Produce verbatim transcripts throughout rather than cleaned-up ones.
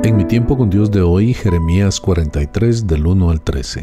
En mi tiempo con Dios de hoy, Jeremías cuarenta y tres, del uno al trece.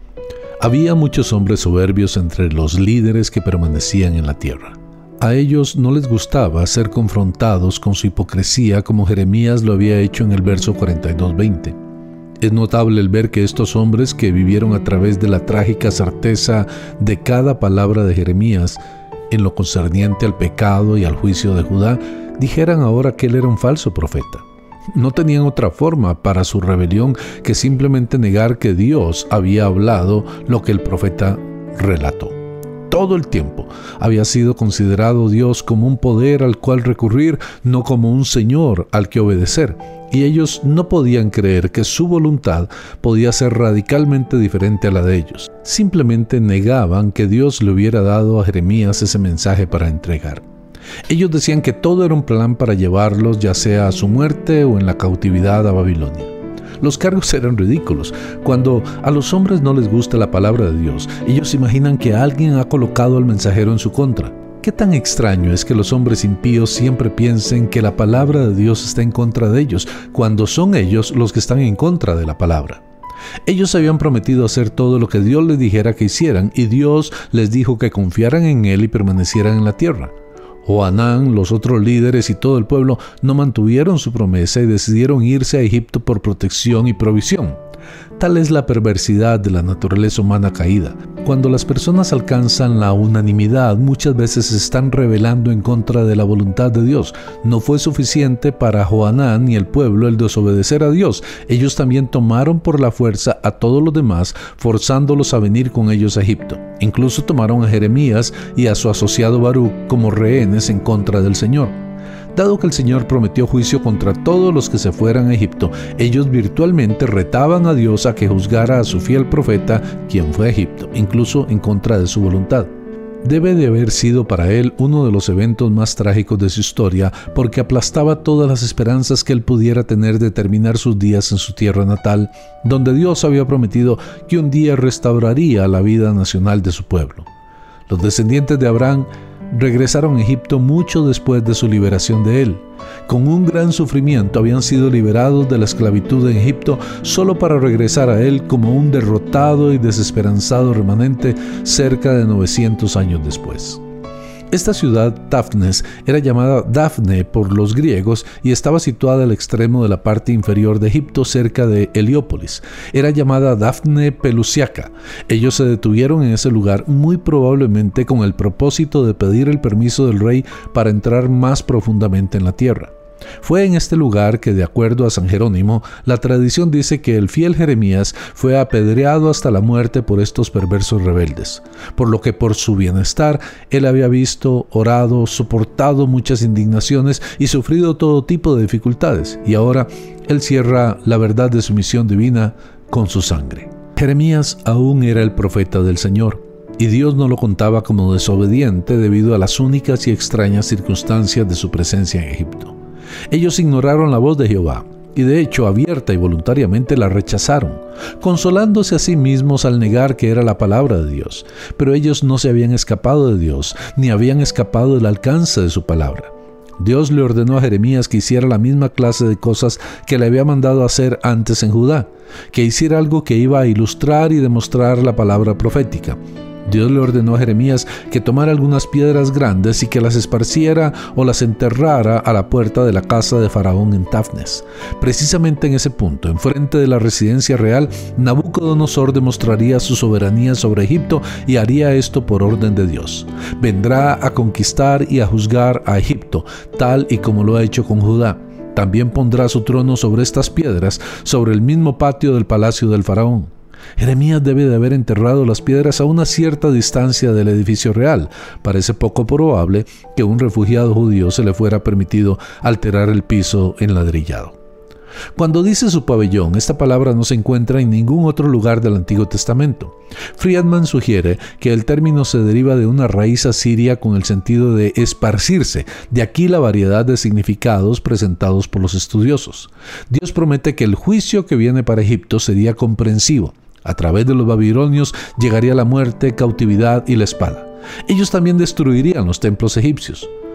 Había muchos hombres soberbios entre los líderes que permanecían en la tierra. A ellos no les gustaba ser confrontados con su hipocresía como Jeremías lo había hecho en el verso cuarenta y dos, veinte. Es notable el ver que estos hombres que vivieron a través de la trágica certeza de cada palabra de Jeremías en lo concerniente al pecado y al juicio de Judá, dijeran ahora que él era un falso profeta. No tenían otra forma para su rebelión que simplemente negar que Dios había hablado lo que el profeta relató. Todo el tiempo había sido considerado Dios como un poder al cual recurrir, no como un Señor al que obedecer. Y ellos no podían creer que su voluntad podía ser radicalmente diferente a la de ellos. Simplemente negaban que Dios le hubiera dado a Jeremías ese mensaje para entregar. Ellos decían que todo era un plan para llevarlos ya sea a su muerte o en la cautividad a Babilonia. Los cargos eran ridículos. Cuando a los hombres no les gusta la palabra de Dios, ellos imaginan que alguien ha colocado al mensajero en su contra. ¿Qué tan extraño es que los hombres impíos siempre piensen que la palabra de Dios está en contra de ellos, cuando son ellos los que están en contra de la palabra? Ellos habían prometido hacer todo lo que Dios les dijera que hicieran, y Dios les dijo que confiaran en Él y permanecieran en la tierra. Joanán, los otros líderes y todo el pueblo no mantuvieron su promesa y decidieron irse a Egipto por protección y provisión. Tal es la perversidad de la naturaleza humana caída. Cuando las personas alcanzan la unanimidad, muchas veces se están rebelando en contra de la voluntad de Dios. No fue suficiente para Joanán y el pueblo el desobedecer a Dios. Ellos también tomaron por la fuerza a todos los demás, forzándolos a venir con ellos a Egipto. Incluso tomaron a Jeremías y a su asociado Baruc como rehenes en contra del Señor. Dado que el Señor prometió juicio contra todos los que se fueran a Egipto, ellos virtualmente retaban a Dios a que juzgara a su fiel profeta, quien fue a Egipto, incluso en contra de su voluntad. Debe de haber sido para él uno de los eventos más trágicos de su historia, porque aplastaba todas las esperanzas que él pudiera tener de terminar sus días en su tierra natal, donde Dios había prometido que un día restauraría la vida nacional de su pueblo. Los descendientes de Abraham regresaron a Egipto mucho después de su liberación de él. Con un gran sufrimiento habían sido liberados de la esclavitud en Egipto solo para regresar a él como un derrotado y desesperanzado remanente cerca de novecientos años después. Esta ciudad, Tafnes, era llamada Dafne por los griegos y estaba situada al extremo de la parte inferior de Egipto, cerca de Heliópolis. Era llamada Dafne Pelusiaca. Ellos se detuvieron en ese lugar muy probablemente con el propósito de pedir el permiso del rey para entrar más profundamente en la tierra. Fue en este lugar que, de acuerdo a San Jerónimo, la tradición dice que el fiel Jeremías fue apedreado hasta la muerte por estos perversos rebeldes, por lo que por su bienestar él había visto, orado, soportado muchas indignaciones y sufrido todo tipo de dificultades, y ahora él cierra la verdad de su misión divina con su sangre. Jeremías aún era el profeta del Señor, y Dios no lo contaba como desobediente debido a las únicas y extrañas circunstancias de su presencia en Egipto. Ellos ignoraron la voz de Jehová y de hecho abierta y voluntariamente la rechazaron, consolándose a sí mismos al negar que era la palabra de Dios. Pero ellos no se habían escapado de Dios, ni habían escapado del alcance de su palabra. Dios le ordenó a Jeremías que hiciera la misma clase de cosas que le había mandado hacer antes en Judá, que hiciera algo que iba a ilustrar y demostrar la palabra profética. Dios le ordenó a Jeremías que tomara algunas piedras grandes y que las esparciera o las enterrara a la puerta de la casa de Faraón en Tafnes. Precisamente en ese punto, enfrente de la residencia real, Nabucodonosor demostraría su soberanía sobre Egipto y haría esto por orden de Dios. Vendrá a conquistar y a juzgar a Egipto, tal y como lo ha hecho con Judá. También pondrá su trono sobre estas piedras, sobre el mismo patio del palacio del Faraón. Jeremías debe de haber enterrado las piedras a una cierta distancia del edificio real. Parece poco probable que a un refugiado judío se le fuera permitido alterar el piso enladrillado. Cuando dice su pabellón, esta palabra no se encuentra en ningún otro lugar del Antiguo Testamento. Friedman sugiere que el término se deriva de una raíz asiria con el sentido de esparcirse, de aquí la variedad de significados presentados por los estudiosos. Dios promete que el juicio que viene para Egipto sería comprensivo. A través de los babilonios llegaría la muerte, cautividad y la espada. Ellos también destruirían los templos egipcios.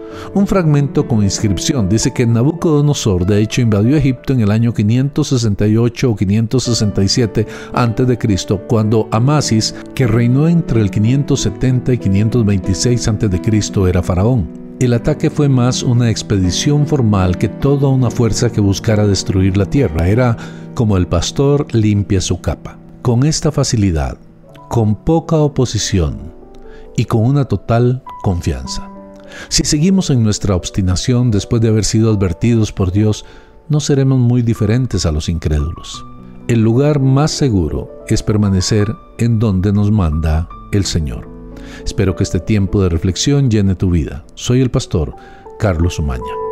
Un fragmento con inscripción dice que Nabucodonosor de hecho invadió Egipto en el año quinientos sesenta y ocho o quinientos sesenta y siete antes de Cristo, cuando Amasis, que reinó entre el quinientos setenta y quinientos veintiséis antes de Cristo, era faraón. El ataque fue más una expedición formal que toda una fuerza que buscara destruir la tierra. Era como el pastor limpia su capa. Con esta facilidad, con poca oposición y con una total confianza. Si seguimos en nuestra obstinación después de haber sido advertidos por Dios, no seremos muy diferentes a los incrédulos. El lugar más seguro es permanecer en donde nos manda el Señor. Espero que este tiempo de reflexión llene tu vida. Soy el pastor Carlos Umaña.